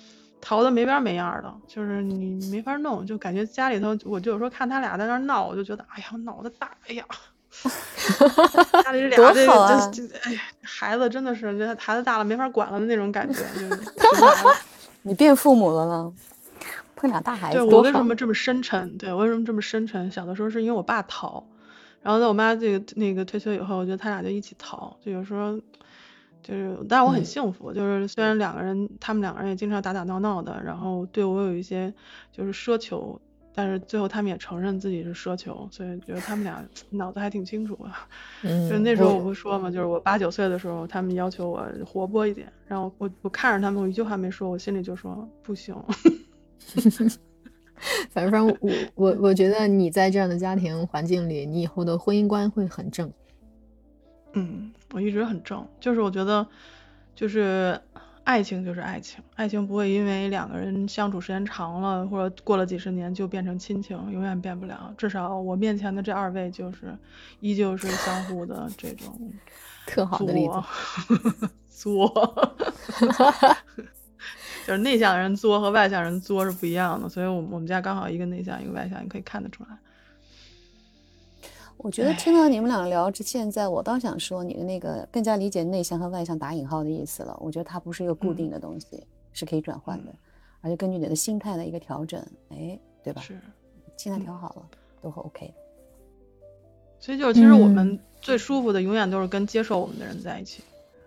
淘的没边没样的，就是你没法弄，就感觉家里头，我就有时候看他俩在那闹，我就觉得哎呀脑袋大，哎呀，家里俩这哎呀，孩子真的是孩子大了没法管了的那种感觉，就是你变父母了呢？碰俩大孩子， 对，我为什么这么深沉？对，我为什么这么深沉？小的时候是因为我爸淘，然后在我妈那个退休以后，我觉得他俩就一起淘，就有时候就是，但是我很幸福，就是虽然他们两个人也经常打打闹闹的，然后对我有一些就是奢求，但是最后他们也承认自己是奢求，所以觉得他们俩脑子还挺清楚的。就那时候我不说嘛，就是我8、9岁的时候，他们要求我活泼一点，然后我看着他们，我一句话没说，我心里就说不行。 反正我觉得你在这样的家庭环境里，你以后的婚姻观会很正。 我一直很正，就是我觉得就是爱情就是爱情，爱情不会因为2个人相处时间长了或者过了几十年就变成亲情，永远变不了。至少我面前的这2位就是依旧是相互的这种特好的例子。 作就是内向人作和外向人作是不一样的，所以我们家刚好一个内向一个外向，你可以看得出来。 我觉得听到你们俩聊现在我倒想说你的那个更加理解内向和外向打引号的意思了。我觉得它不是一个固定的东西，是可以转换的，而且根据你的心态的一个调整，对吧？ 是， 心态调好了，都会 OK。 所以就是其实我们最舒服的永远都是跟接受我们的人在一起。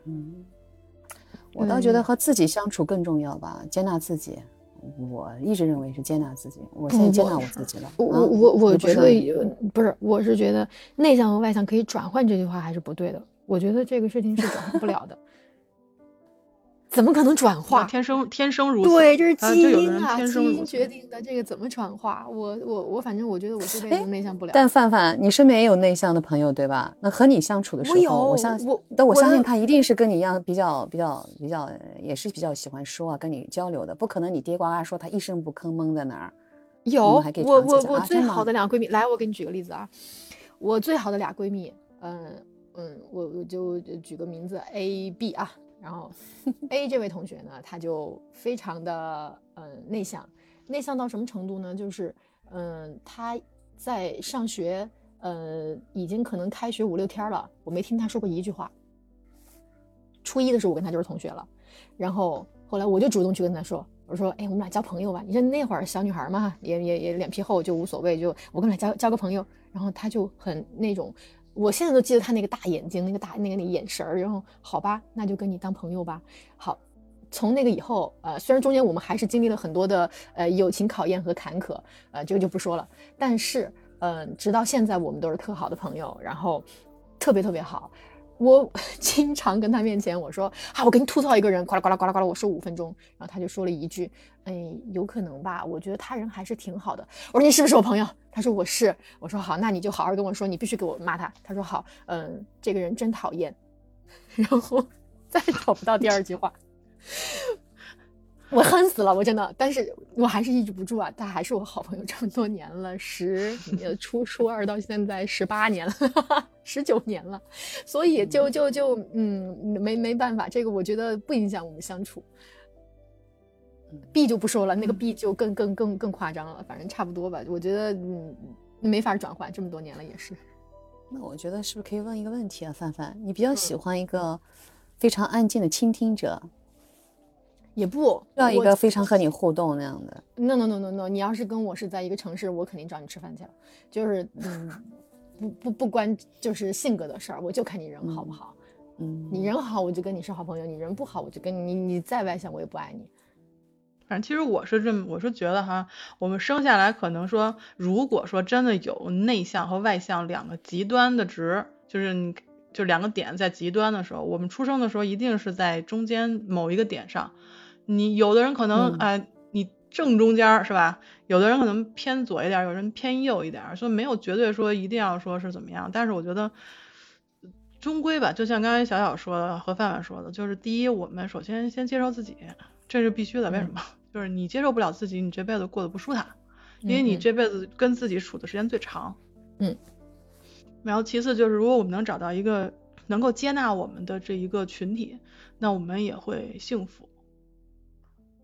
我倒觉得和自己相处更重要吧，接纳自己。我一直认为是接纳自己，我现在接纳我自己了。 我觉得不是，我是觉得内向和外向可以转换这句话还是不对的。我觉得这个事情是转换不了的。怎么可能转化？ 天生如此。 对，这是基因啊， 基因决定的，这个怎么转化？我反正我觉得我这辈子内向不了。 但范范，你身边也有内向的朋友对吧？那和你相处的时候，我相信他一定是跟你一样比较也是比较喜欢说啊，跟你交流的，不可能你爹呱呱说他一声不吭蒙在那儿。 有我最好的2个闺蜜，来，我给你举个例子啊，我最好的2闺蜜，我就举个名字 A、B 啊。然后 A 这位同学呢，他就非常的内向到什么程度呢？就是他在上学已经可能开学5、6天了，我没听他说过一句话。初一的时候我跟他就是同学了，然后后来我就主动去跟他说，我说我们俩交朋友吧。你说那会儿小女孩嘛，也脸皮厚，就无所谓，就我跟他交个朋友。然后他就很那种。我现在都记得他那个大眼睛，那个眼神儿，然后好吧，那就跟你当朋友吧。好，从那个以后，虽然中间我们还是经历了很多的友情考验和坎坷，这个就不说了。但是，直到现在我们都是特好的朋友，然后特别特别好。我经常跟他面前我说我给你吐槽一个人，呱啦呱啦呱啦呱啦，我说5分钟，然后他就说了一句，有可能吧，我觉得他人还是挺好的。我说你是不是我朋友？他说我是。我说好，那你就好好跟我说，你必须给我骂他。他说好，这个人真讨厌。然后再找不到第2句话。我恨死了，我真的，但是我还是抑制不住啊。他还是我好朋友这么多年了，初2到现在18年了，19年了，所以就没办法，这个我觉得不影响我们相处。B 就不说了，那个 B 就更夸张了，反正差不多吧。我觉得没法转换，这么多年了也是。 那我觉得是不是可以问一个问题啊，范范，你比较喜欢一个非常安静的倾听者？ 也不要一个非常和你互动那样的。 No， 你要是跟我是在一个城市，我肯定找你吃饭去了。就是不关就是性格的事儿，我就看你人好不好。你人好我就跟你是好朋友，你人不好我就跟你再外向我也不爱你。 反正其实我是觉得哈，我们生下来可能说，如果说真的有内向和外向2个极端的值，就是2个点在极端的时候，我们出生的时候一定是在中间某一个点上。你有的人可能你正中间是吧？有的人可能偏左一点，有人偏右一点，所以没有绝对说一定要说是怎么样。但是我觉得终归吧，就像刚才小小说的和范范说的，就是第一，我们首先接受自己，这是必须的。为什么？就是你接受不了自己，你这辈子过得不舒坦，因为你这辈子跟自己处的时间最长。然后其次就是，如果我们能找到一个能够接纳我们的这一个群体，那我们也会幸福。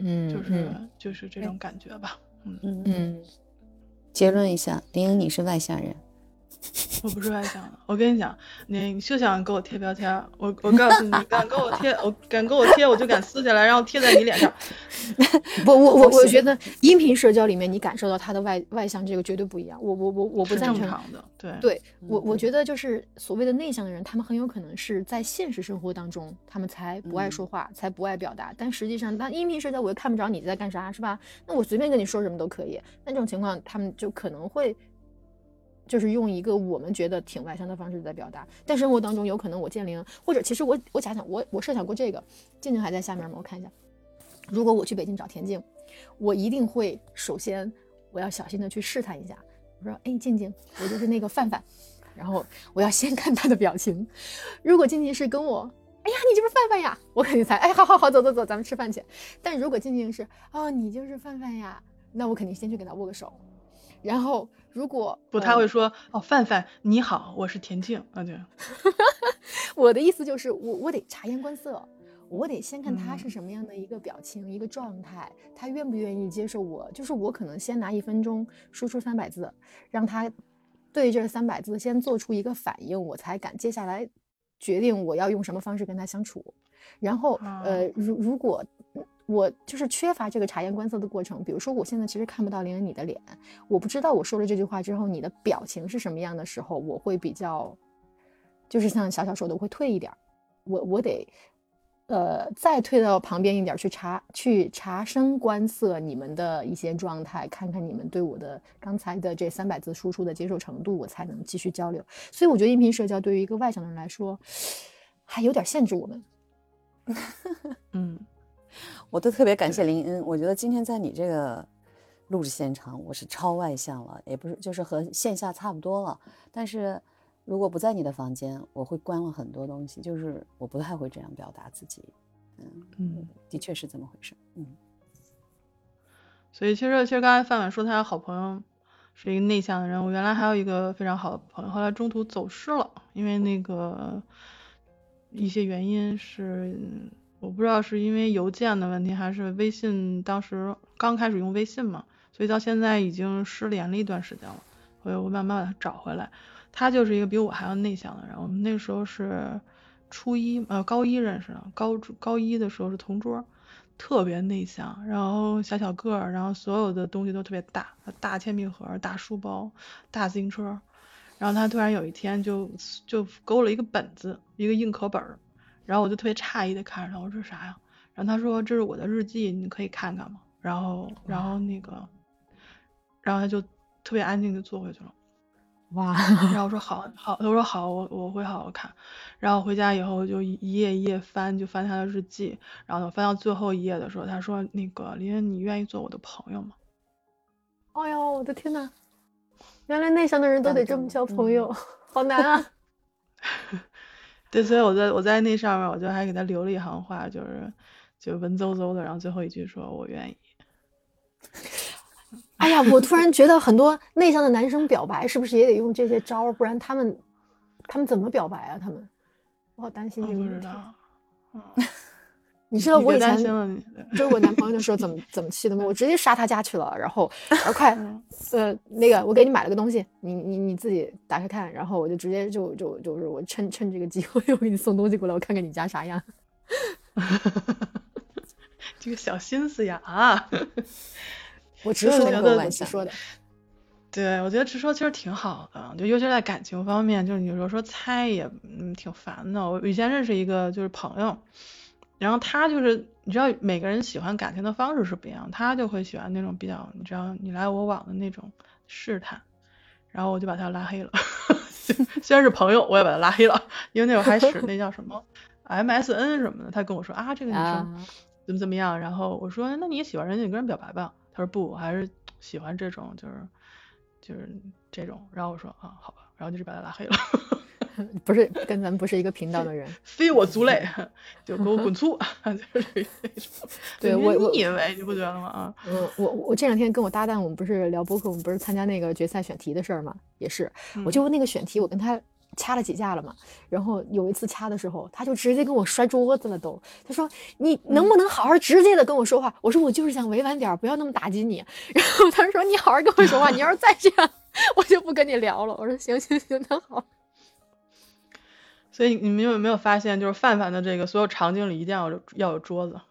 就是这种感觉吧。 结论一下，林颖你是外向人。 我不是外向的，我跟你讲，你就想给我贴标签，我告诉你，敢给我贴，我就敢撕下来，然后贴在你脸上。 不，我觉得音频社交里面你感受到他的外向这个绝对不一样，我不赞成。 正常的， 对，我觉得就是所谓的内向的人，他们很有可能是在现实生活当中他们才不爱说话，才不爱表达，但实际上当音频社交我又看不着你在干啥，是吧？那我随便跟你说什么都可以，那这种情况他们就可能会。就是用一个我们觉得挺外向的方式在表达，但生活当中有可能我见林，或者其实我想想，我设想过这个，静静还在下面吗？我看一下，如果我去北京找田静，我一定会首先我要小心的去试探一下，我说哎静静，我就是那个范范，然后我要先看他的表情，如果静静是跟我哎呀你就是范范呀，我肯定猜哎好走咱们吃饭去，但如果静静是哦你就是范范呀，那我肯定先去跟他握个手。然后如果不他会说哦范范你好我是田静啊对我的意思就是我得察言观色，我得先看他是什么样的一个表情一个状态，他愿不愿意接受我，就是我可能先拿1分钟输出300字，让他对这300字先做出一个反应，我才敢接下来决定我要用什么方式跟他相处。然后如果我就是缺乏这个察言观色的过程，比如说我现在其实看不到林恩你的脸，我不知道我说了这句话之后你的表情是什么样的时候，我会比较就是像小小说的我会退一点，我得再退到旁边一点去察声观色你们的一些状态，看看你们对我的刚才的这300字输出的接受程度，我才能继续交流。所以我觉得音频社交对于一个外向的人来说还有点限制我们。 我都特别感谢林恩，我觉得今天在你这个录制现场我是超外向了，也不是就是和线下差不多了，但是如果不在你的房间我会关了很多东西，就是我不太会这样表达自己。的确是这么回事。 所以其实刚才范范说他的好朋友是一个内向的人，我原来还有一个非常好的朋友，后来中途走失了，因为那个一些原因，是我不知道是因为邮件的问题还是微信当时刚开始用微信嘛，所以到现在已经失联了一段时间了，我慢慢把他找回来。他就是一个比我还要内向的人，我们那个时候是高一认识的，高一的时候是同桌，特别内向，然后小个儿，然后所有的东西都特别大铅笔盒、大书包、大自行车。然后他突然有一天就给我了一个本子，一个硬壳本，然后我就特别诧异的看着他，我说这啥呀？然后他说这是我的日记，你可以看看吗？然后他就特别安静的坐回去了。 哇！ 然后我说好，他说好，我会好好看。然后回家以后就一页一页翻，就翻他的日记。然后翻到最后一页的时候，他说那个林恩，你愿意做我的朋友吗？ 哎呦，我的天哪！原来内向的人都得这么交朋友，好难啊！ 对，所以我在那上面，我就还给他留了一行话，就文绉绉的，然后最后一句说我愿意。 哎呀，我突然觉得很多内向的男生表白是不是也得用这些招，不然他们怎么表白啊？我好担心这个问题。你知道我以前追我男朋友的时候怎么气的吗？我直接杀他家去了，然后快那个我给你买了个东西，你自己打开看，然后我就直接就是我趁这个机会我给你送东西过来，我看看你家啥样。 这个小心思呀啊！ 我直说的，我直说的。 对，我觉得直说其实挺好的，就尤其是在感情方面，就是你有时候猜也挺烦的。我以前认识一个就是朋友，然后他就是你知道每个人喜欢感情的方式是不一样，他就会喜欢那种比较你知道你来我往的那种试探，然后我就把他拉黑了。虽然是朋友，我也把他拉黑了，因为那会儿还使那叫什么 MSN 什么的。他跟我说啊，这个女生怎么样，然后我说那你也喜欢人家，你跟人表白吧。他说不，我还是喜欢这种就是这种。然后我说啊好吧，然后就把他拉黑了。 不是跟咱们不是一个频道的人， 非我族类，就给我滚粗。就是那种。对，你以为你不觉得吗？啊， 我这2天跟我搭档，我们不是聊播客，我们不是参加那个决赛选题的事儿吗？也是，我就那个选题，我跟他掐了几架了嘛，然后有一次掐的时候，他就直接跟我摔桌子了都。他说你能不能好好直接的跟我说话？我说我就是想委婉点，不要那么打击你。然后他说你好好跟我说话，你要是再这样，我就不跟你聊了。我说行，那好。 所以你们有没有发现，就是范范的这个所有场景里一定要有桌子。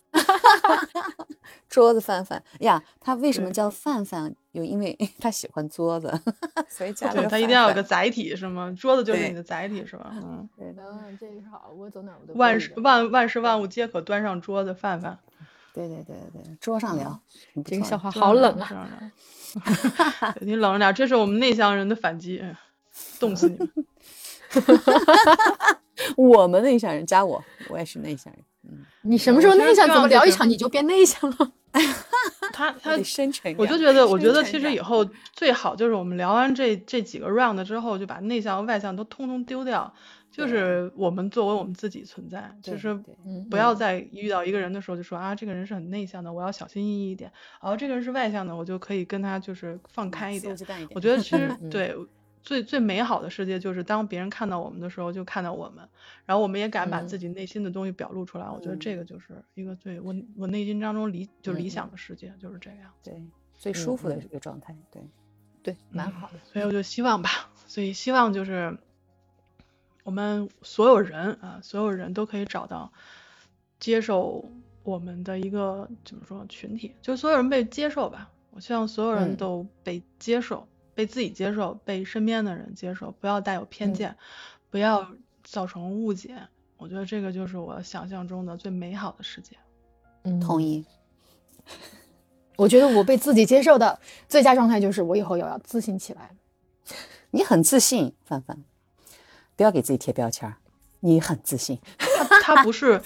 桌子范范呀，他为什么叫范范？因为他喜欢桌子，所以加了个范范。 他一定要有个载体是吗？桌子就是你的载体是吧？ 对的，这个好，我走哪我都万事万物皆可端上桌子，范范。 对，桌上聊。 这个笑话好冷啊！ 你冷着点，这是我们内向人的反击，冻死你们。 我们内向人加我也是内向人。 你什么时候内向？怎么聊一场你就变内向了？ 他深沉。 我觉得其实以后最好就是我们聊完这几个 round 之后，就把内向和外向都通通丢掉，就是我们作为我们自己存在，就是不要再遇到一个人的时候就说啊，这个人是很内向的，我要小心翼翼一点。这个人是外向的，我就可以跟他就是放开一点。我觉得其实对。最美好的世界就是当别人看到我们的时候就看到我们，然后我们也敢把自己内心的东西表露出来。我觉得这个就是一个我内心当中理想的世界，就是这样。 对，最舒服的一个状态。 对，蛮好的。 所以我就希望吧，希望就是我们所有人都可以找到接受我们的一个怎么说群体，就是所有人被接受吧。我希望所有人都被接受。被自己接受，被身边的人接受，不要带有偏见，不要造成误解。我觉得这个就是我想象中的最美好的世界。 同意。 我觉得我被自己接受的最佳状态就是我以后要自信起来。 你很自信，范范，不要给自己贴标签。你很自信。 他不是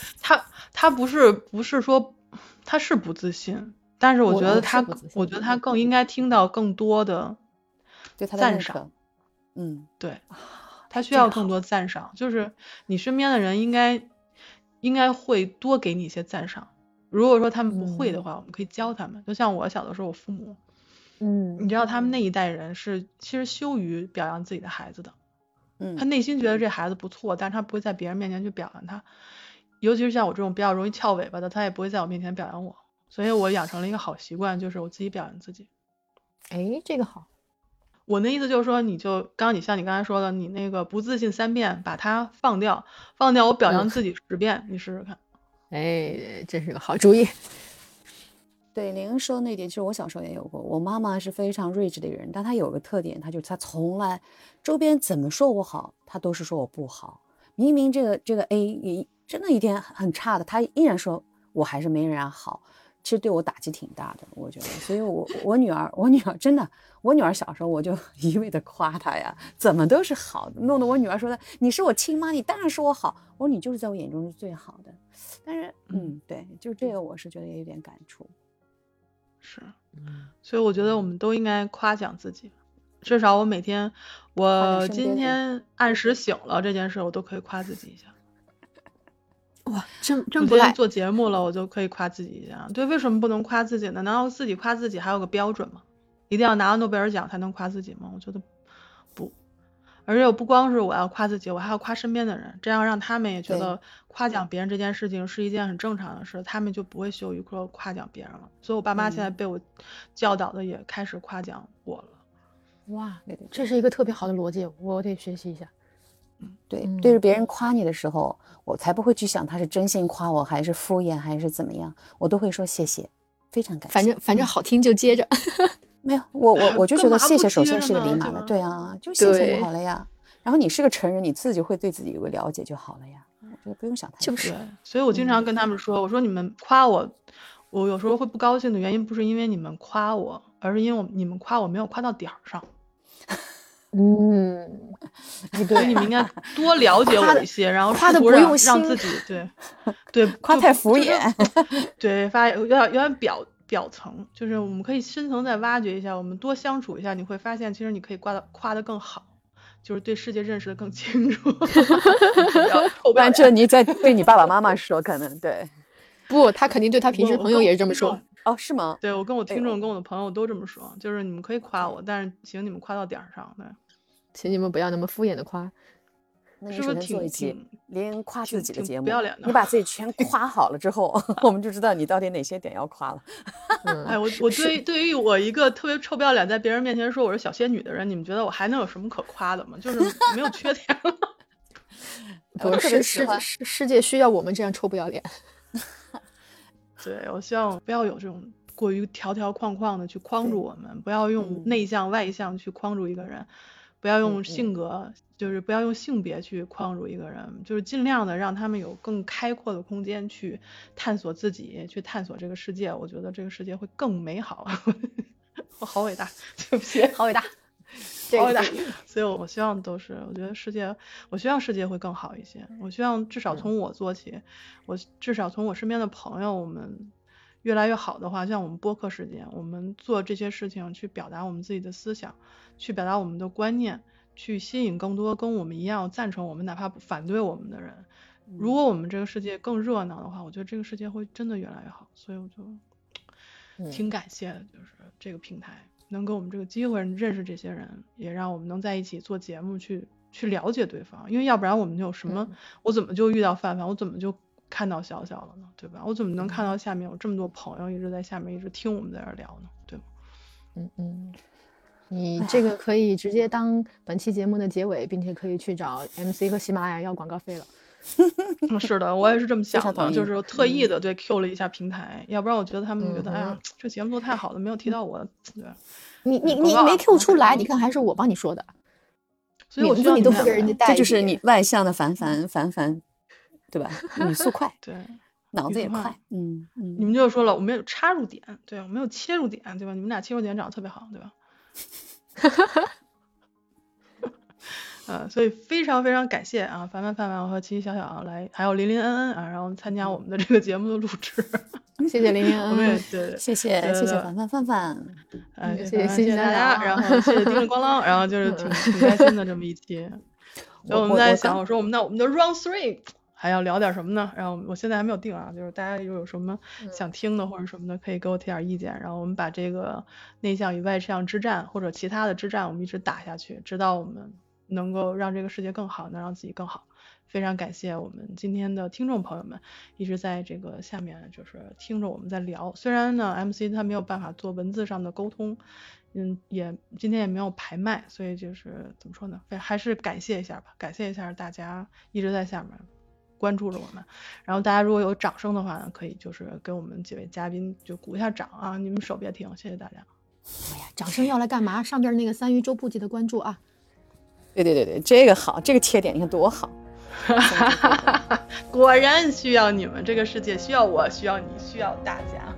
说他是不自信，但是我觉得他更应该听到更多的。 对他的赞赏，对，他需要更多赞赏，就是你身边的人应该会多给你一些赞赏。如果说他们不会的话，我们可以教他们。就像我小的时候，我父母，你知道他们那一代人是其实羞于表扬自己的孩子的，他内心觉得这孩子不错，但是他不会在别人面前去表扬他，尤其是像我这种比较容易翘尾巴的，他也不会在我面前表扬我，所以我养成了一个好习惯，就是我自己表扬自己。 哎，这个好。 我那意思就是说，像你刚才说的，你那个不自信3遍，把它放掉，我表扬自己10遍，你试试看。 哎，这是个好主意。 对，玲说那点，其实我小时候也有过。我妈妈是非常睿智的人，但她有个特点，她从来周边怎么说我好，她都是说我不好。明明这个 A 真的一天很差的，她依然说我还是没人家好。其实对我打击挺大的，我觉得。所以我女儿真的，我女儿小时候我就一味的夸她呀，怎么都是好的，弄得我女儿说的，你是我亲妈，你当然说我好。我说你就是在我眼中是最好的。但是对，就这个我是觉得也有点感触。 是，所以我觉得我们都应该夸奖自己，至少我每天，我今天按时醒了这件事，我都可以夸自己一下。 哇，真不赖！ 做节目了，我就可以夸自己一下。对，为什么不能夸自己呢？难道自己夸自己还有个标准吗？一定要拿了诺贝尔奖才能夸自己吗？我觉得不。而且我不光是我要夸自己，我还要夸身边的人，这样让他们也觉得夸奖别人这件事情是一件很正常的事，他们就不会羞于说夸奖别人了。所以我爸妈现在被我教导的也开始夸奖我了。 哇，这是一个特别好的逻辑，我得学习一下。 对，对着别人夸你的时候，我才不会去想他是真心夸我还是敷衍还是怎么样，我都会说谢谢，非常感谢。反正好听就接着。 没有，我就觉得谢谢首先是个礼码了，对啊，就谢谢就好了呀。然后你是个成人，你自己会对自己有个了解就好了呀，我觉得不用想太多。 就是， 所以我经常跟他们说，我说你们夸我有时候会不高兴的原因不是因为你们夸我，而是因为你们夸我没有夸到点儿上。所以你们应该多了解我一些，然后夸的不用心， 让自己对夸太敷衍， 对有点表层，就是我们可以深层再挖掘一下，我们多相处一下，你会发现其实你可以夸的更好，就是对世界认识的更清楚。 不然这你在对你爸爸妈妈说，可能对， 不，他肯定对他平时朋友也是这么说。 哦，是吗？ 对，我跟我听众跟我的朋友都这么说，就是你们可以夸我，但是请你们夸到点儿上。对， 请你们不要那么敷衍的夸。 那你首先做一期连夸自己的节目， 不要脸的， 你把自己全夸好了之后，我们就知道你到底哪些点要夸了。 哎，我对于我一个特别臭不要脸，在别人面前说我是小仙女的人，你们觉得我还能有什么可夸的吗？就是没有缺点了。 不是世界需要我们这样臭不要脸。 对，我希望不要有这种过于条条框框的去框住我们，不要用内向外向去框住一个人，不要用性格，就是不要用性别去框住一个人，就是尽量的让他们有更开阔的空间去探索自己，去探索这个世界。我觉得这个世界会更美好。我好伟大，对不起， 好伟大。 好伟大，所以我希望都是，我觉得我希望世界会更好一些。我希望至少从我做起，我至少从我身边的朋友，我们越来越好的话，像我们播客时间，我们做这些事情去表达我们自己的思想，去表达我们的观念，去吸引更多跟我们一样赞成我们哪怕不反对我们的人。如果我们这个世界更热闹的话，我觉得这个世界会真的越来越好。所以我就挺感谢的，就是这个平台能给我们这个机会认识这些人，也让我们能在一起做节目去了解对方。因为要不然我们有什么，我怎么就遇到范范，我怎么就看到小小了呢，对吧？我怎么能看到下面有这么多朋友一直在下面一直听我们在这聊呢，对吗？ 你这个可以直接当本期节目的结尾，并且可以去找 MC 和喜马拉雅要广告费了。 是的，我也是这么想的，就是特意的对 Q 了一下平台，要不然我觉得他们觉得哎呀，这节目做太好了，没有提到我，对。 你没 Q 出来，你看还是我帮你说的， 所以我觉得你都不给人家带， 这就是你外向的凡，对吧？语速快， 对， 脑子也快， 你们就说了，我们有插入点，对，我们有切入点，对吧？你们俩切入点长得特别好，对吧？所以非常非常感谢啊，凡凡和琪琪小小来，还有林林恩恩啊，然后参加我们的这个节目的录制。 谢谢林林恩恩， 谢谢凡凡， 谢谢大家，然后谢谢叮铃咣啷，然后就是挺开心的这么一期。所以我们在想，我说我们的 Round 3还要聊点什么呢？然后我现在还没有定啊，就是大家有什么想听的或者什么的，可以给我提点意见。然后我们把这个内向与外向之战或者其他的之战，我们一直打下去，直到我们能够让这个世界更好，能让自己更好。非常感谢我们今天的听众朋友们一直在这个下面就是听着我们在聊。虽然呢 MC 他没有办法做文字上的沟通，也今天也没有排麦，所以就是怎么说呢，还是感谢一下吧，感谢一下大家一直在下面关注着我们。然后大家如果有掌声的话呢，可以就是给我们几位嘉宾就鼓一下掌啊，你们手别停，谢谢大家。 哎呀，掌声要来干嘛？上边那个3鱼周不记得关注啊。 对，这个好，这个切点你看多好。 果然需要你们，这个世界需要我，需要你，需要大家。